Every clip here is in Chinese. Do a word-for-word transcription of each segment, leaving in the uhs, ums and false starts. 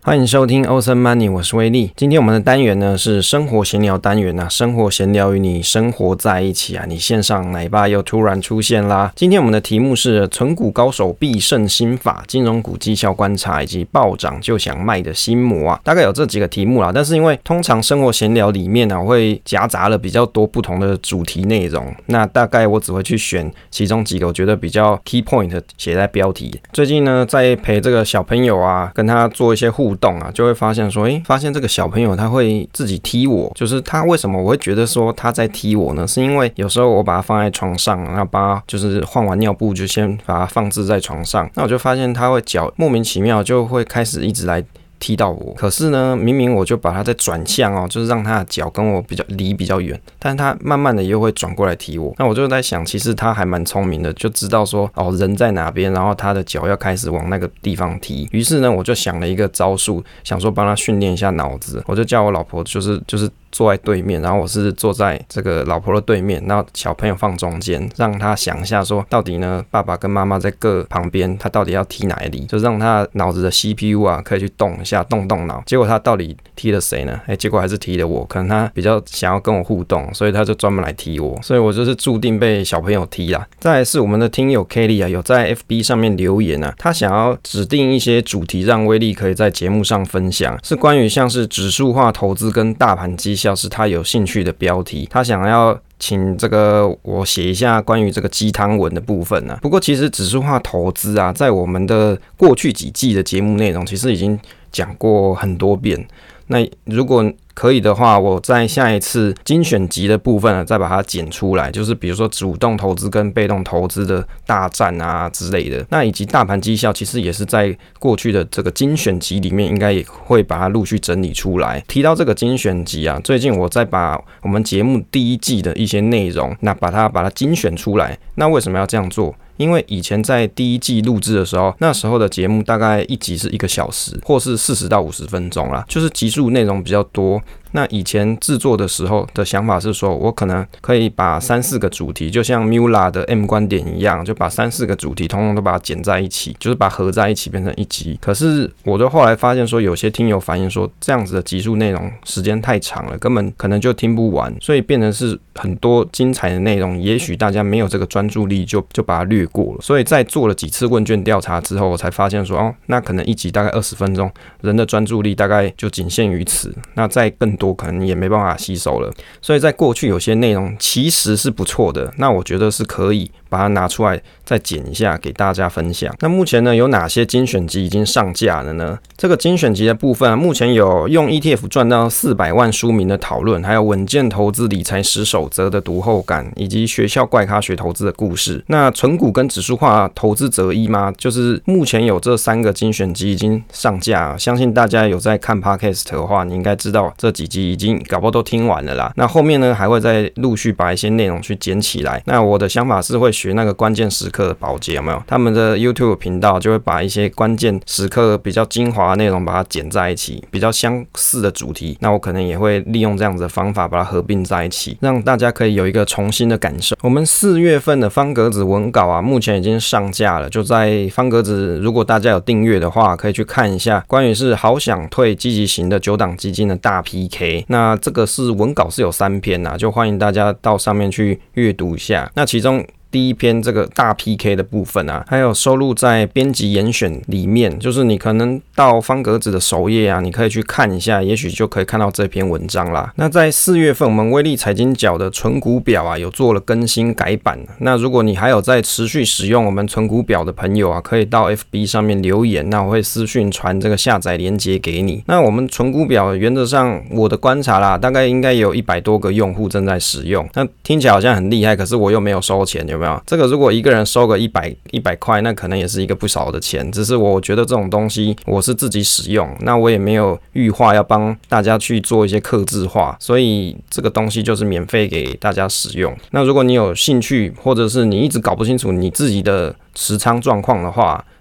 欢迎收听 Awesome Money， 我是威利。今天我们的单元呢是生活闲聊单元啊，生活闲聊与你生活在一起啊。你线上奶爸又突然出现啦。今天我们的题目是存股高手必胜心法、金融股绩效观察以及暴涨就想卖的心魔啊，大概有这几个题目啦。但是因为通常生活闲聊里面啊，我会夹杂了比较多不同的主题内容，那大概我只会去选其中几个我觉得比较 key point 写在标题。最近呢，在陪这个小朋友啊，跟他做一些互动。动啊，就会发现说，诶，发现这个小朋友他会自己踢我，就是他为什么我会觉得说他在踢我呢？是因为有时候我把他放在床上，然后把他就是换完尿布就先把他放置在床上，那我就发现他会脚莫名其妙就会开始一直来踢到我，可是呢，明明我就把它再转向哦，就是让他的脚跟我比较离比较远，但是他慢慢的又会转过来踢我。那我就在想，其实他还蛮聪明的，就知道说哦人在哪边，然后他的脚要开始往那个地方踢。于是呢，我就想了一个招数，想说帮他训练一下脑子，我就叫我老婆就是就是坐在对面，然后我是坐在这个老婆的对面，然后小朋友放中间，让他想一下说，到底呢，爸爸跟妈妈在各旁边，他到底要踢哪里？就让他脑子的 C P U 啊，可以去动一下，动动脑。结果他到底踢了谁呢？哎，结果还是踢了我。可能他比较想要跟我互动，所以他就专门来踢我，所以我就是注定被小朋友踢啦。再来是我们的听友 Kelly 啊，有在 F B 上面留言啊，他想要指定一些主题，让威力可以在节目上分享，是关于像是指数化投资跟大盘绩效是他有兴趣的标题，他想要请这个我写一下关于这个鸡汤文的部分啊。不过其实指数化投资啊，在我们的过去几季的节目内容，其实已经讲过很多遍。那如果可以的话，我在下一次精选集的部分呢，再把它剪出来，就是比如说主动投资跟被动投资的大战啊之类的，那以及大盘绩效，其实也是在过去的这个精选集里面，应该也会把它陆续整理出来。提到这个精选集啊，最近我再把我们节目第一季的一些内容，那把它把它精选出来。那为什么要这样做？因为以前在第一季录制的时候，那时候的节目大概一集是一个小时，或是四十到五十分钟啦，就是集数内容比较多。那以前制作的时候的想法是说，我可能可以把三四个主题，就像 Mula 的 M 观点一样，就把三四个主题通通都把它剪在一起，就是把它合在一起变成一集。可是我就后来发现说，有些听友反映说，这样子的集数内容时间太长了，根本可能就听不完，所以变成是很多精彩的内容，也许大家没有这个专注力就，就就把它略过了。所以在做了几次问卷调查之后，我才发现说，哦，那可能一集大概二十分钟，人的专注力大概就仅限于此，那再更多可能也没办法吸收了。所以在过去有些内容其实是不错的，那我觉得是可以把它拿出来再剪一下给大家分享。那目前呢，有哪些精选集已经上架了呢？这个精选集的部分啊，目前有用 E T F 赚到四百万书名的讨论，还有稳健投资理财十守则的读后感，以及学校怪咖学投资的故事。那存股跟指数化投资择一吗？就是目前有这三个精选集已经上架，相信大家有在看 Podcast 的话，你应该知道这几集已经搞不好都听完了啦。那后面呢，还会再陆续把一些内容去捡起来。那我的想法是会学那个关键时刻的宝洁，有没有？他们的 YouTube 频道就会把一些关键时刻比较精华的内容把它剪在一起，比较相似的主题，那我可能也会利用这样子的方法把它合并在一起，让大家可以有一个重新的感受。我们四月份的方格子文稿啊，目前已经上架了，就在方格子，如果大家有订阅的话，可以去看一下关于是好想退积极型的九档基金的大 P K。那这个是文稿是有三篇啊，就欢迎大家到上面去阅读一下。那其中第一篇这个大 P K 的部分啊，还有收录在编辑严选里面，就是你可能到方格子的首页啊，你可以去看一下，也许就可以看到这篇文章啦。那在四月份，我们威力财经角的存股表啊，有做了更新改版。那如果你还有在持续使用我们存股表的朋友啊，可以到 F B 上面留言，那我会私讯传这个下载连结给你。那我们存股表原则上我的观察啦，大概应该有一百多个用户正在使用。那听起来好像很厉害，可是我又没有收钱，有没有？这个如果一个人收个一百一百块，那可能也是一个不少的钱。只是我觉得这种东西我是自己使用，那我也没有预化要帮大家去做一些客制化，所以这个东西就是免费给大家使用。那如果你有兴趣，或者是你一直搞不清楚你自己的持仓状况的话，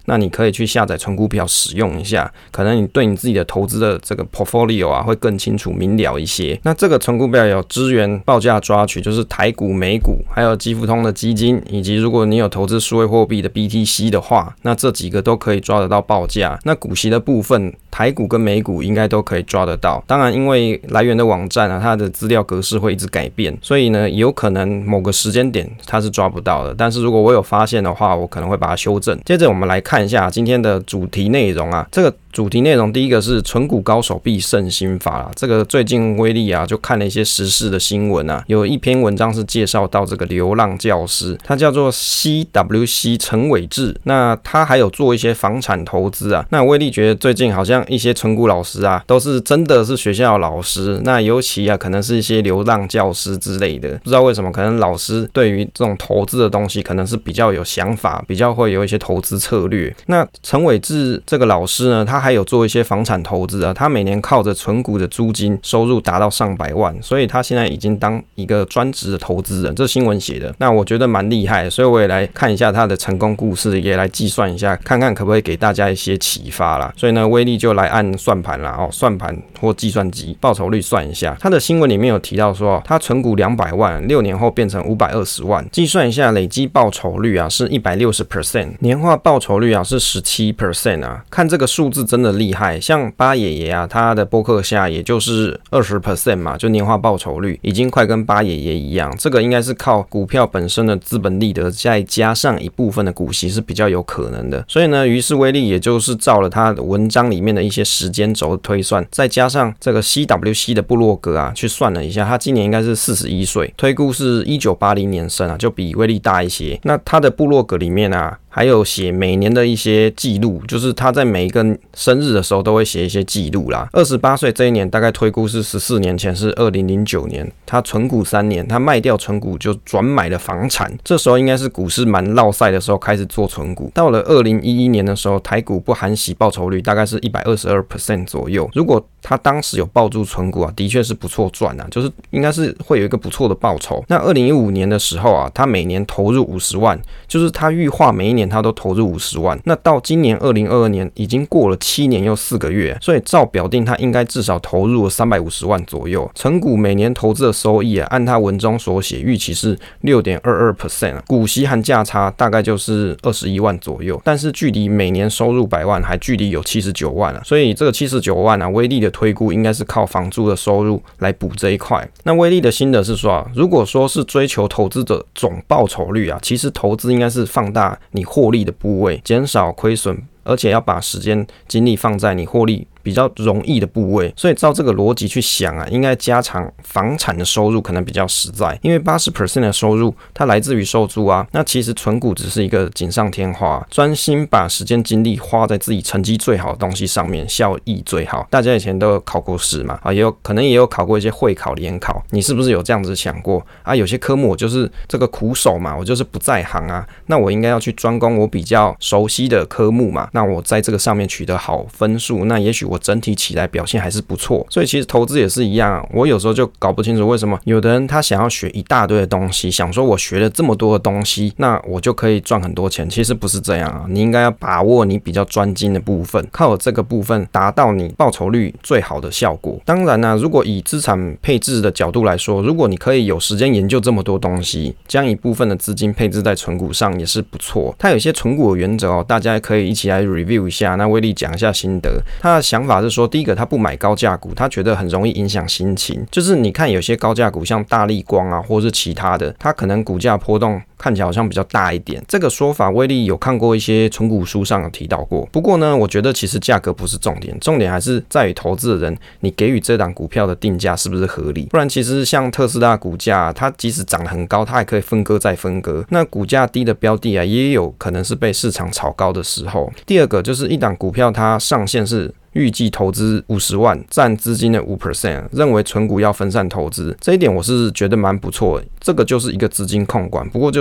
那你可以去下载存股表使用一下，可能你对你自己的投资的这个 portfolio 啊会更清楚明了一些。那这个存股表有支援报价抓取，就是台股、美股，还有基富通的基金，以及如果你有投资数位货币的 B T C 的话，那这几个都可以抓得到报价。那股息的部分，台股跟美股应该都可以抓得到。当然，因为来源的网站啊，它的资料格式会一直改变，所以呢，有可能某个时间点它是抓不到的。但是如果我有发现的话，我可能会把它修正。接着我们来看一下今天的主题内容啊，这个主题内容第一个是存股高手必胜心法啦。这个最近威力啊就看了一些时事的新闻啊，有一篇文章是介绍到这个流浪教师，他叫做 C W C 陈伟志，那他还有做一些房产投资啊。那威力觉得最近好像一些存股老师啊都是真的是学校的老师，那尤其啊可能是一些流浪教师之类的，不知道为什么可能老师对于这种投资的东西可能是比较有想法，比较会有一些投资策略。那陈伟志这个老师呢，他还有做一些房产投资啊，他每年靠着存股的租金收入达到上百万，所以他现在已经当一个专职的投资人，这是新闻写的，那我觉得蛮厉害的，所以我也来看一下他的成功故事，也来计算一下，看看可不可以给大家一些启发啦。所以呢，威力就来按算盘啦，哦，算盘或计算机报酬率算一下。他的新闻里面有提到说，他存股两百万，六年后变成五百二十万，计算一下累积报酬率啊是 百分之一百六十， 年化报酬率啊是 百分之十七 啊，看这个数字真的厉害。像巴爷爷啊，他的播客下也就是 百分之二十 嘛，就年化报酬率已经快跟巴爷爷一样，这个应该是靠股票本身的资本利得再加上一部分的股息是比较有可能的。所以呢，于是威力也就是照了他的文章里面的一些时间轴推算，再加上这个 C W C 的部落格啊去算了一下，他今年应该是四十一岁，推估是一九八零年生啊，就比威力大一些。那他的部落格里面啊还有写每年的一些记录，就是他在每一个生日的时候都会写一些记录啦。二十八岁这一年大概推估是十四年前，是二零零九年，他存股三年，他卖掉存股就转买了房产，这时候应该是股市蛮落赛的时候开始做存股。到了二零一一年的时候，台股不含息报酬率大概是 百分之一百二十二 左右，如果他当时有抱住存股啊，的确是不错赚啊，就是应该是会有一个不错的报酬。那二零一五年的时候啊，他每年投入五十万，就是他预划每一年他都投入五十万。那到今年二零二二年已经过了七年又四个月，所以照表定他应该至少投入了三百五十万左右。存股每年投资的收益啊，按他文中所写，预期是 百分之六点二二， 股息含价差大概就是二十一万左右，但是距离每年收入百万还距离有七十九万啊，所以这个七十九万啊，威力的推估应该是靠房租的收入来补这一块。那威力的心得是说啊，如果说是追求投资者总报酬率啊，其实投资应该是放大你获利的部位，减少亏损，而且要把时间精力放在你获利比较容易的部位，所以照这个逻辑去想啊，应该加强房产的收入可能比较实在，因为 百分之八十 的收入它来自于收租啊，那其实存股只是一个锦上添花，专心把时间精力花在自己成绩最好的东西上面，效益最好。大家以前都有考过试嘛，啊，也有可能也有考过一些会考联考，你是不是有这样子想过啊？有些科目我就是这个苦手嘛，我就是不在行啊，那我应该要去专攻我比较熟悉的科目嘛，那我在这个上面取得好分数，那也许我整体起来表现还是不错。所以其实投资也是一样啊，我有时候就搞不清楚为什么有的人他想要学一大堆的东西，想说我学了这么多的东西，那我就可以赚很多钱，其实不是这样啊，你应该要把握你比较专精的部分，靠这个部分达到你报酬率最好的效果。当然呢、啊，如果以资产配置的角度来说，如果你可以有时间研究这么多东西，将一部分的资金配置在存股上也是不错。它有一些存股的原则哦，大家可以一起来 review 一下。那威力讲一下心得，他的想法是说，第一个他不买高价股，他觉得很容易影响心情。就是你看有些高价股，像大立光啊，或是其他的，它可能股价波动看起来好像比较大一点。这个说法威力有看过一些存股书上有提到过。不过呢，我觉得其实价格不是重点，重点还是在于投资的人，你给予这档股票的定价是不是合理。不然其实像特斯拉股价，它即使涨很高，它还可以分割再分割。那股价低的标的啊，也有可能是被市场炒高的时候。第二个就是一档股票它上限是预计投资五十万，占资金的 百分之五， 认为存股要分散投资，这一点我是觉得蛮不错的。这个就是一个资金控管，不过就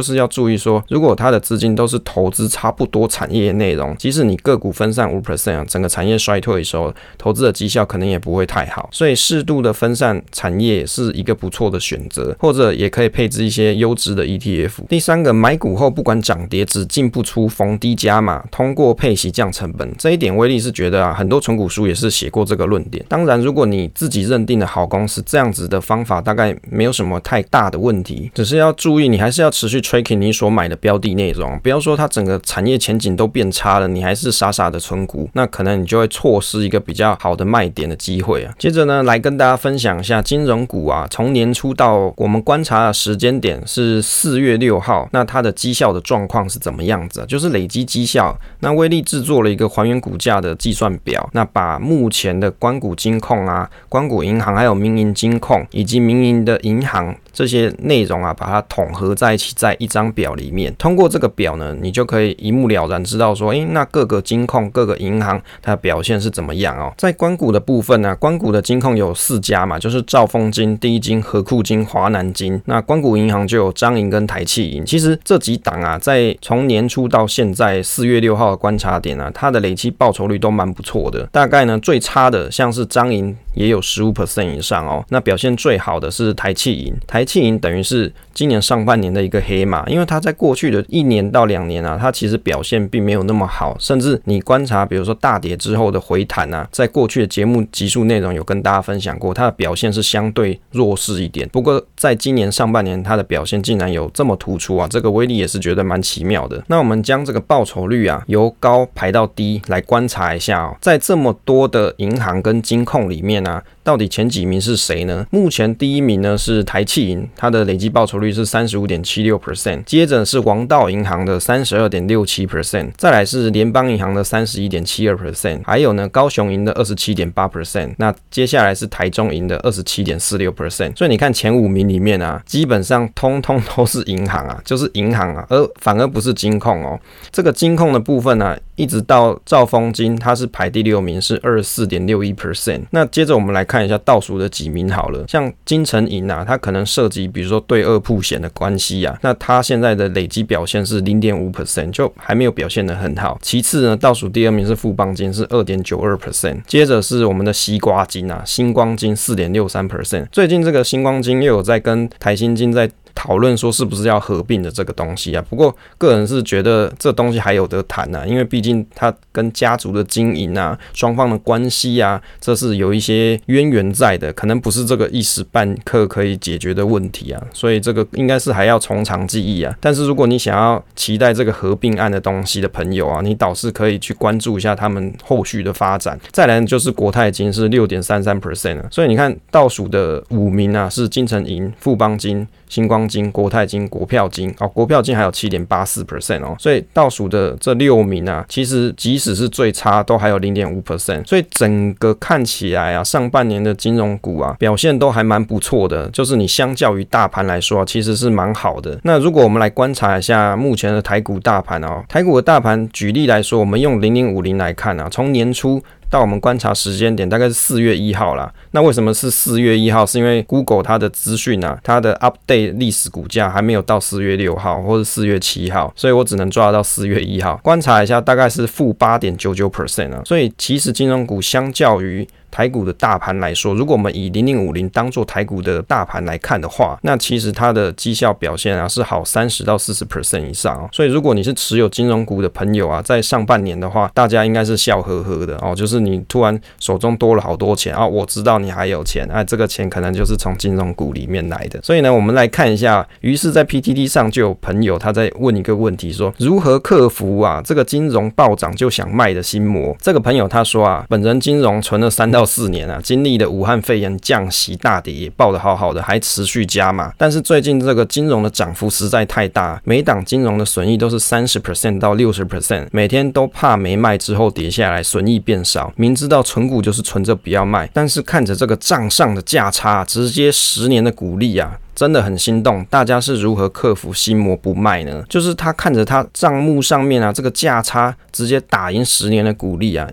就是要注意说，如果他的资金都是投资差不多产业内容，即使你个股分散 百分之五、啊、整个产业衰退的时候，投资的绩效可能也不会太好，所以适度的分散产业是一个不错的选择，或者也可以配置一些优质的 E T F。 第三个，买股后不管涨跌只进不出，逢低加码，通过配息降成本。这一点威力是觉得啊，很多存股书也是写过这个论点。当然如果你自己认定的好公司，这样子的方法大概没有什么太大的问题，只是要注意你还是要持续 tracking 你所买的标的内容，不要说它整个产业前景都变差了，你还是傻傻的存股，那可能你就会错失一个比较好的卖点的机会啊。接着呢，来跟大家分享一下金融股啊，从年初到我们观察的时间点是四月六号，那它的绩效的状况是怎么样子啊？就是累积绩效，那威力制作了一个还原股价的计算表，那把目前的官股金控啊、官股银行还有民营金控以及民营的银行这些内容啊，把它统合在一起，在一张表里面。通过这个表呢，你就可以一目了然知道说，诶，那各个金控、各个银行它的表现是怎么样哦。在官股的部分呢、啊，官股的金控有四家嘛，就是兆丰金、第一金、和库金、华南金。那官股银行就有彰银跟台企银。其实这几档啊，在从年初到现在四月六号的观察点啊，它的累积报酬率都蛮不错的。大概呢，最差的像是彰银也有 百分之十五 以上哦。那表现最好的是台企银，台企银等于是今年上半年的一个黑马，因为它在过去的一年到两年啊，它其实表现并没有那么好，甚至你观察比如说大跌之后的回弹啊，在过去的节目集数内容有跟大家分享过，它的表现是相对弱势一点。不过在今年上半年它的表现竟然有这么突出啊，这个威力也是觉得蛮奇妙的。那我们将这个报酬率啊由高排到低来观察一下哦，在这么多的银行跟金控里面啊，到底前几名是谁呢？目前第一名呢是台企银，它的累积报酬率是 百分之三十五点七六， 接着是王道银行的 百分之三十二点六七， 再来是联邦银行的 百分之三十一点七二， 还有呢高雄银的 百分之二十七点八， 那接下来是台中银的 百分之二十七点四六。 所以你看前五名里面啊，基本上通通都是银行啊，就是银行啊，而反而不是金控哦。这个金控的部分啊，一直到兆丰金它是排第六名，是 百分之二十四点六一。 那接着我们来看一下倒数的几名好了，像金城银啊，它可能涉及比如说对二曝险的关系啊，那它现在的累积表现是 百分之零点五， 就还没有表现得很好。其次呢，倒数第二名是富邦金，是 百分之二点九二， 接着是我们的西瓜金啊，星光金 百分之四点六三。 最近这个星光金又有在跟台新金在讨论说是不是要合并的这个东西啊，不过个人是觉得这东西还有得谈啊，因为毕竟它跟家族的经营啊、双方的关系啊，这是有一些渊源在的，可能不是这个一时半刻可以解决的问题啊，所以这个应该是还要从长计议啊。但是如果你想要期待这个合并案的东西的朋友啊，你倒是可以去关注一下他们后续的发展。再来就是国泰金是 百分之六点三三， 啊，所以你看倒数的五名啊是金城银、富邦金、星光金、国泰金、国票金哦，国票金还有 百分之七点八四 哦，所以倒数的这六名啊，其实即使是最差都还有 百分之零点五， 所以整个看起来啊，上半年的金融股啊表现都还蛮不错的，就是你相较于大盘来说、啊、其实是蛮好的。那如果我们来观察一下目前的台股大盘哦，台股的大盘举例来说，我们用零零五零来看啊，从年初到我们观察时间点大概是四月一号啦。那为什么是四月一号？是因为 Google 它的资讯啊，它的 update 历史股价还没有到四月六号或是四月七号，所以我只能抓到四月一号。观察一下，大概是负 八点九九 percent 啊。所以其实金融股相较于台股的大盘来说，如果我们以零零五零当做台股的大盘来看的话，那其实它的绩效表现啊是好 百分之三十到百分之四十 以上、哦、所以如果你是持有金融股的朋友啊，在上半年的话，大家应该是笑呵呵的哦，就是你突然手中多了好多钱啊，我知道你还有钱，哎、啊，这个钱可能就是从金融股里面来的。所以呢，我们来看一下，于是在 P T T 上就有朋友他在问一个问题说，如何克服啊这个金融暴涨就想卖的心魔。这个朋友他说啊，本人金融存了三到四年啊，经历了武汉肺炎降息大跌，也抱得好好的，还持续加码。但是最近这个金融的涨幅实在太大，每档金融的损益都是 百分之三十 到 百分之六十， 每天都怕没卖之后跌下来，损益变少。明知道存股就是存着不要卖，但是看着这个账上的价差，直接十年的股利啊，真的很心动。大家是如何克服心魔不卖呢？就是他看着他账目上面啊这个价差直接打赢十年的股利啊，因为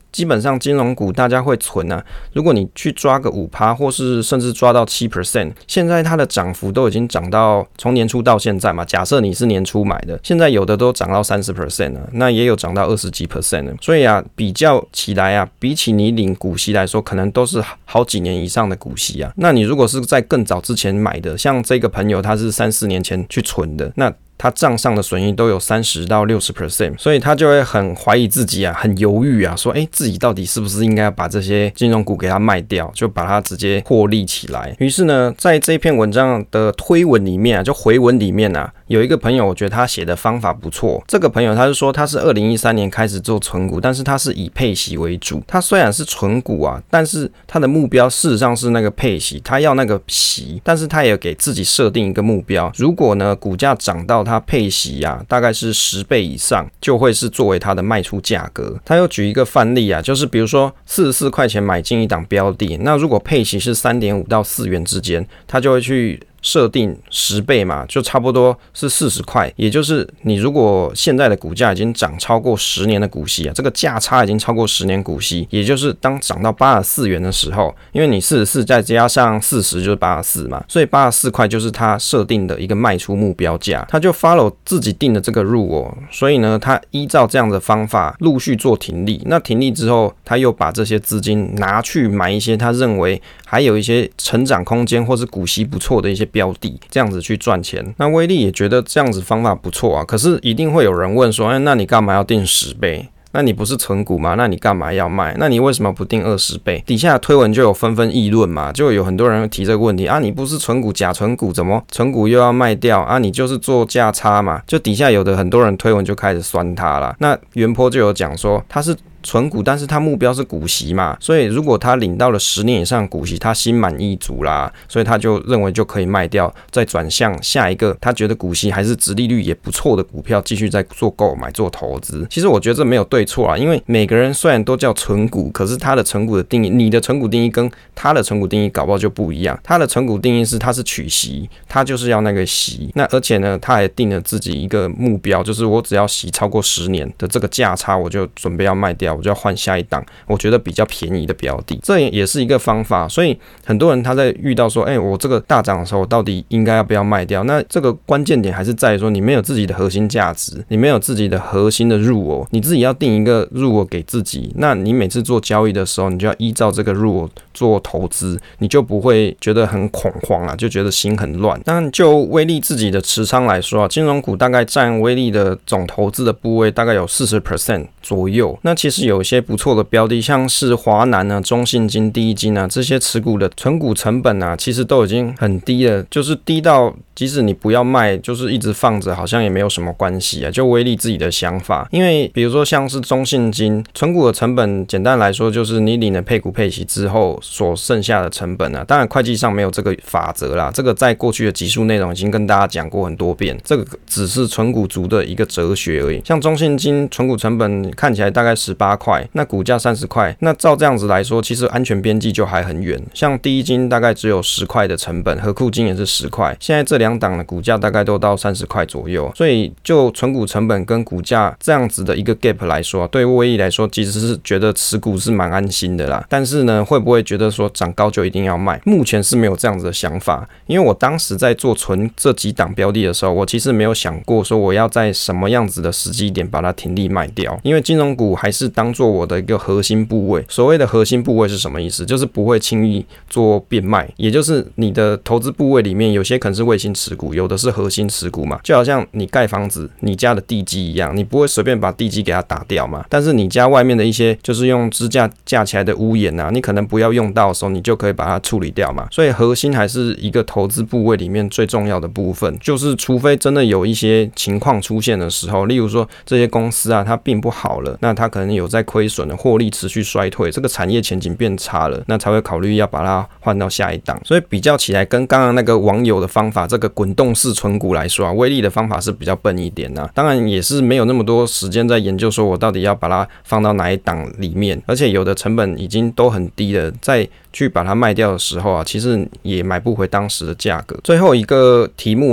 基本上金融股大家会存啊，如果你去抓个 百分之五 或是甚至抓到 百分之七， 现在它的涨幅都已经涨到从年初到现在嘛，假设你是年初买的，现在有的都涨到 百分之三十 了，那也有涨到二十几 percent 了，所以啊比较起来啊，比起你领股息来说，可能都是好几年以上的股息啊。那你如果是在更早之前买的，像这个朋友他是三四年前去存的，那他账上的损益都有 百分之三十到百分之六十， 所以他就会很怀疑自己啊，很犹豫啊，说哎、欸，自己到底是不是应该要把这些金融股给他卖掉，就把它直接获利起来。于是呢，在这篇文章的推文里面啊，就回文里面啊，有一个朋友，我觉得他写的方法不错。这个朋友他是说，他是二零一三年开始做存股，但是他是以配息为主。他虽然是存股啊，但是他的目标事实上是那个配息，他要那个息，但是他也给自己设定一个目标，如果呢股价涨到它配息啊，大概是十倍以上，就会是作为它的卖出价格。他又举一个范例啊，就是比如说四十四块钱买进一档标的，那如果配息是 三点五 到四元之间，他就会去设定十倍嘛，就差不多是四十块，也就是你如果现在的股价已经涨超过十年的股息啊，这个价差已经超过十年股息，也就是当涨到八十四元的时候，因为你四十四再加上四十就是八十四嘛，所以八十四块就是他设定的一个卖出目标价，他就 follow 自己定的这个 rule 哦，所以呢，他依照这样的方法陆续做停利，那停利之后，他又把这些资金拿去买一些他认为还有一些成长空间或是股息不错的一些标的，这样子去赚钱。那威力也觉得这样子方法不错啊，可是一定会有人问说，哎，那你干嘛要定十倍？那你不是存股吗？那你干嘛要卖？那你为什么不定二十倍？底下的推文就有纷纷议论嘛，就有很多人提这个问题啊，你不是存股假存股，怎么存股又要卖掉啊？你就是做价差嘛。就底下有的很多人推文就开始酸他啦。那原坡就有讲说他是存股，但是他目标是股息嘛，所以如果他领到了十年以上的股息，他心满意足啦，所以他就认为就可以卖掉，再转向下一个他觉得股息还是殖利率也不错的股票，继续再做购买做投资。其实我觉得这没有对错啊，因为每个人虽然都叫存股，可是他的存股的定义，你的存股定义跟他的存股定义搞不好就不一样。他的存股定义是他是取息，他就是要那个息，那而且呢，他还定了自己一个目标，就是我只要息超过十年的这个价差，我就准备要卖掉，我就要换下一档我觉得比较便宜的标的，这也是一个方法。所以很多人他在遇到说，哎、欸，我这个大涨的时候，我到底应该要不要卖掉？那这个关键点还是在于说，你没有自己的核心价值，你没有自己的核心的入额，你自己要定一个入额给自己。那你每次做交易的时候，你就要依照这个入额做投资，你就不会觉得很恐慌啊，就觉得心很乱。但就威力自己的持仓来说啊，金融股大概占威力的总投资的部位大概有 百分之四十 左右。那其实有一些不错的标的，像是华南啊、中信金、第一金啊这些持股的存股成本啊，其实都已经很低了，就是低到即使你不要卖，就是一直放着，好像也没有什么关系啊。就威力自己的想法，因为比如说像是中信金存股的成本，简单来说就是你领了配股配息之后所剩下的成本啊。当然会计上没有这个法则啦，这个在过去的集数内容已经跟大家讲过很多遍，这个只是存股族的一个哲学而已。像中信金存股成本看起来大概十八块，那股价三十块，那照这样子来说，其实安全边际就还很远。像第一金大概只有十块的成本，和库金也是十块，现在这两档的股价大概都到三十块左右，所以就存股成本跟股价这样子的一个 gap 来说，对威力来说其实是觉得持股是蛮安心的啦。但是呢，会不会觉得说涨高就一定要卖？目前是没有这样子的想法，因为我当时在做存这几档标的的时候，我其实没有想过说我要在什么样子的时机点把它停利卖掉，因为金融股还是当做我的一个核心部位。所谓的核心部位是什么意思？就是不会轻易做变卖，也就是你的投资部位里面有些可能是卫星持股，有的是核心持股嘛，就好像你盖房子，你家的地基一样，你不会随便把地基给它打掉嘛，但是你家外面的一些就是用支架架起来的屋檐啊，你可能不要用到的时候，你就可以把它处理掉嘛。所以核心还是一个投资部位里面最重要的部分，就是除非真的有一些情况出现的时候，例如说这些公司啊它并不好了，那它可能有在亏损的，获利持续衰退，这个产业前景变差了，那才会考虑要把它换到下一档。所以比较起来跟刚刚那个网友的方法，这个滚动式存股来说啊，威力的方法是比较笨一点啊，当然也是没有那么多时间在研究说我到底要把它放到哪一档里面，而且有的成本已经都很低了，在去把它卖掉的时候啊，其实也买不回当时的价格。最后一个题目啊，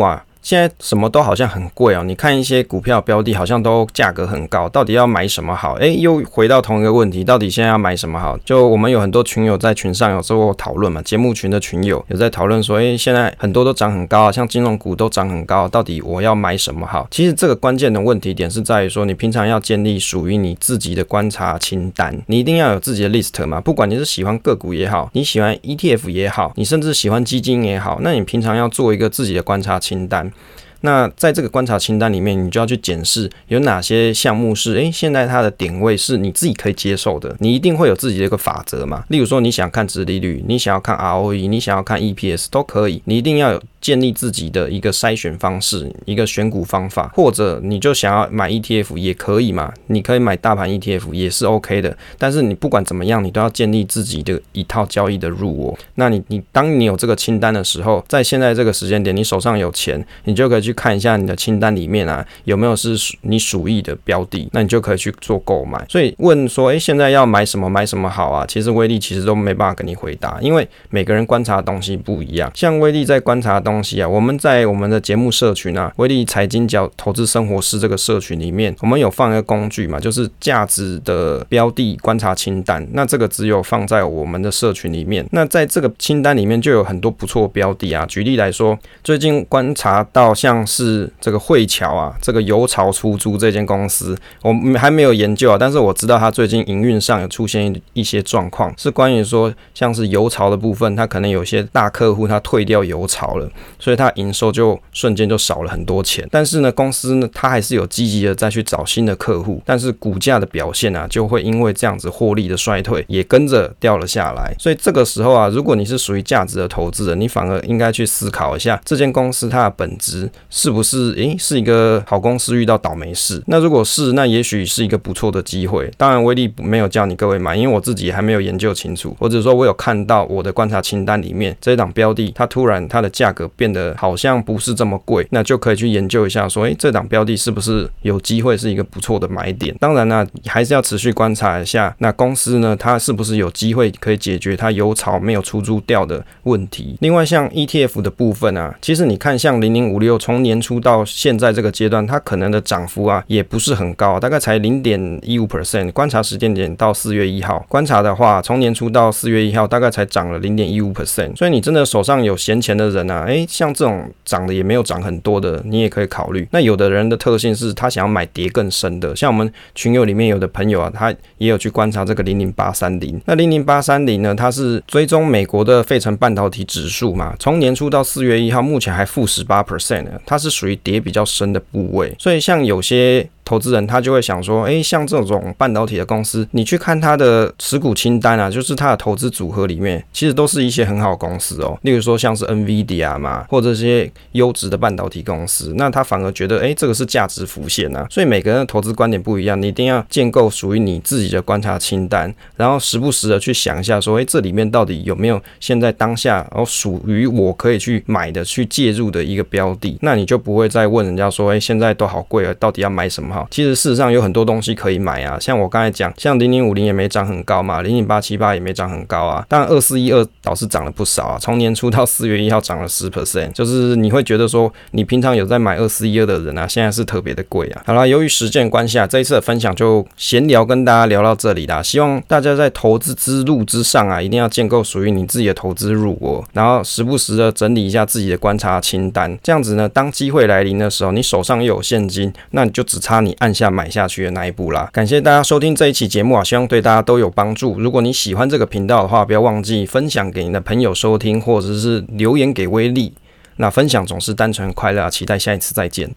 现在什么都好像很贵哦，你看一些股票标的好像都价格很高，到底要买什么好？哎，又回到同一个问题，到底现在要买什么好？就我们有很多群友在群上有做讨论嘛，节目群的群友有在讨论说，哎，现在很多都涨很高啊，像金融股都涨很高，到底我要买什么好？其实这个关键的问题点是在于说，你平常要建立属于你自己的观察清单，你一定要有自己的 list 嘛，不管你是喜欢个股也好，你喜欢 E T F 也好，你甚至喜欢基金也好，那你平常要做一个自己的观察清单。那在这个观察清单里面，你就要去检视有哪些项目是，诶，现在它的点位是你自己可以接受的，你一定会有自己的一个法则嘛。例如说，你想看殖利率，你想要看 R O E， 你想要看 E P S 都可以，你一定要有建立自己的一个筛选方式，一个选股方法，或者你就想要买 E T F 也可以嘛，你可以买大盘 E T F 也是 OK 的。但是你不管怎么样，你都要建立自己的一套交易的入喔。那你你当你有这个清单的时候，在现在这个时间点，你手上有钱，你就可以去看一下你的清单里面啊有没有是你属意的标的，那你就可以去做购买。所以问说，哎，现在要买什么买什么好啊？其实威力其实都没办法跟你回答，因为每个人观察的东西不一样。像威力在观察的东西啊，我们在我们的节目社群啊，威力财经角投资生活师这个社群里面，我们有放一个工具嘛，就是价值的标的观察清单。那这个只有放在我们的社群里面。那在这个清单里面就有很多不错的标的啊。举例来说，最近观察到像是这个汇侨啊，这个油槽出租这间公司，我还没有研究啊，但是我知道它最近营运上有出现一些状况，是关于说像是油槽的部分，它可能有些大客户他退掉油槽了，所以它营收就瞬间就少了很多钱。但是呢，公司呢它还是有积极的再去找新的客户，但是股价的表现啊，就会因为这样子获利的衰退，也跟着掉了下来。所以这个时候啊，如果你是属于价值的投资人，你反而应该去思考一下，这间公司它的本质是不是诶是一个好公司遇到倒霉事？那如果是，那也许是一个不错的机会。当然，威力没有叫你各位买，因为我自己还没有研究清楚。我只是说我有看到我的观察清单里面这一档标的，它突然它的价格变得好像不是这么贵，那就可以去研究一下说，诶，这档标的是不是有机会是一个不错的买点？当然呢，还是要持续观察一下，那公司呢，它是不是有机会可以解决它油槽没有出租掉的问题？另外，像 E T F 的部分啊，其实你看像零零五六从年初到现在这个阶段，它可能的涨幅啊也不是很高，大概才 百分之零点一五。观察时间点到四月一号，观察的话，从年初到四月一号，大概才涨了 百分之零点一五。所以你真的手上有闲钱的人啊，诶，像这种涨的也没有涨很多的，你也可以考虑。那有的人的特性是他想要买跌更深的，像我们群友里面有的朋友啊，他也有去观察这个零零八三零。那零零八三零呢，它是追踪美国的费城半导体指数嘛，从年初到四月一号，目前还负 百分之十八， 它是属于跌比较深的部位。所以像有些投资人他就会想说，诶，像这种半导体的公司，你去看它的持股清单啊，就是它的投资组合里面，其实都是一些很好的公司哦。例如说像是 NVIDIA 嘛，或者这些优质的半导体公司，那他反而觉得，诶，这个是价值浮现啊。所以每个人的投资观点不一样，你一定要建构属于你自己的观察清单，然后时不时的去想一下说，诶，这里面到底有没有现在当下然后属于我可以去买的、去介入的一个标的，那你就不会再问人家说，诶，现在都好贵了，到底要买什么？其实事实上有很多东西可以买啊，像我刚才讲，像零零五零也没涨很高嘛，零零八七八也没涨很高啊，当然二四一二倒是涨了不少啊，从年初到四月一号涨了 百分之十， 就是你会觉得说你平常有在买二四一二的人啊，现在是特别的贵啊。好啦，由于时间关系啊，这一次的分享就闲聊跟大家聊到这里啦，希望大家在投资之路之上啊，一定要建构属于你自己的投资入喔，然后时不时的整理一下自己的观察清单，这样子呢，当机会来临的时候，你手上又有现金，那你就只差你按下买下去的那一步啦。感谢大家收听这一期节目啊，希望对大家都有帮助。如果你喜欢这个频道的话，不要忘记分享给你的朋友收听，或者是留言给威力。那分享总是单纯快乐啊，期待下一次再见。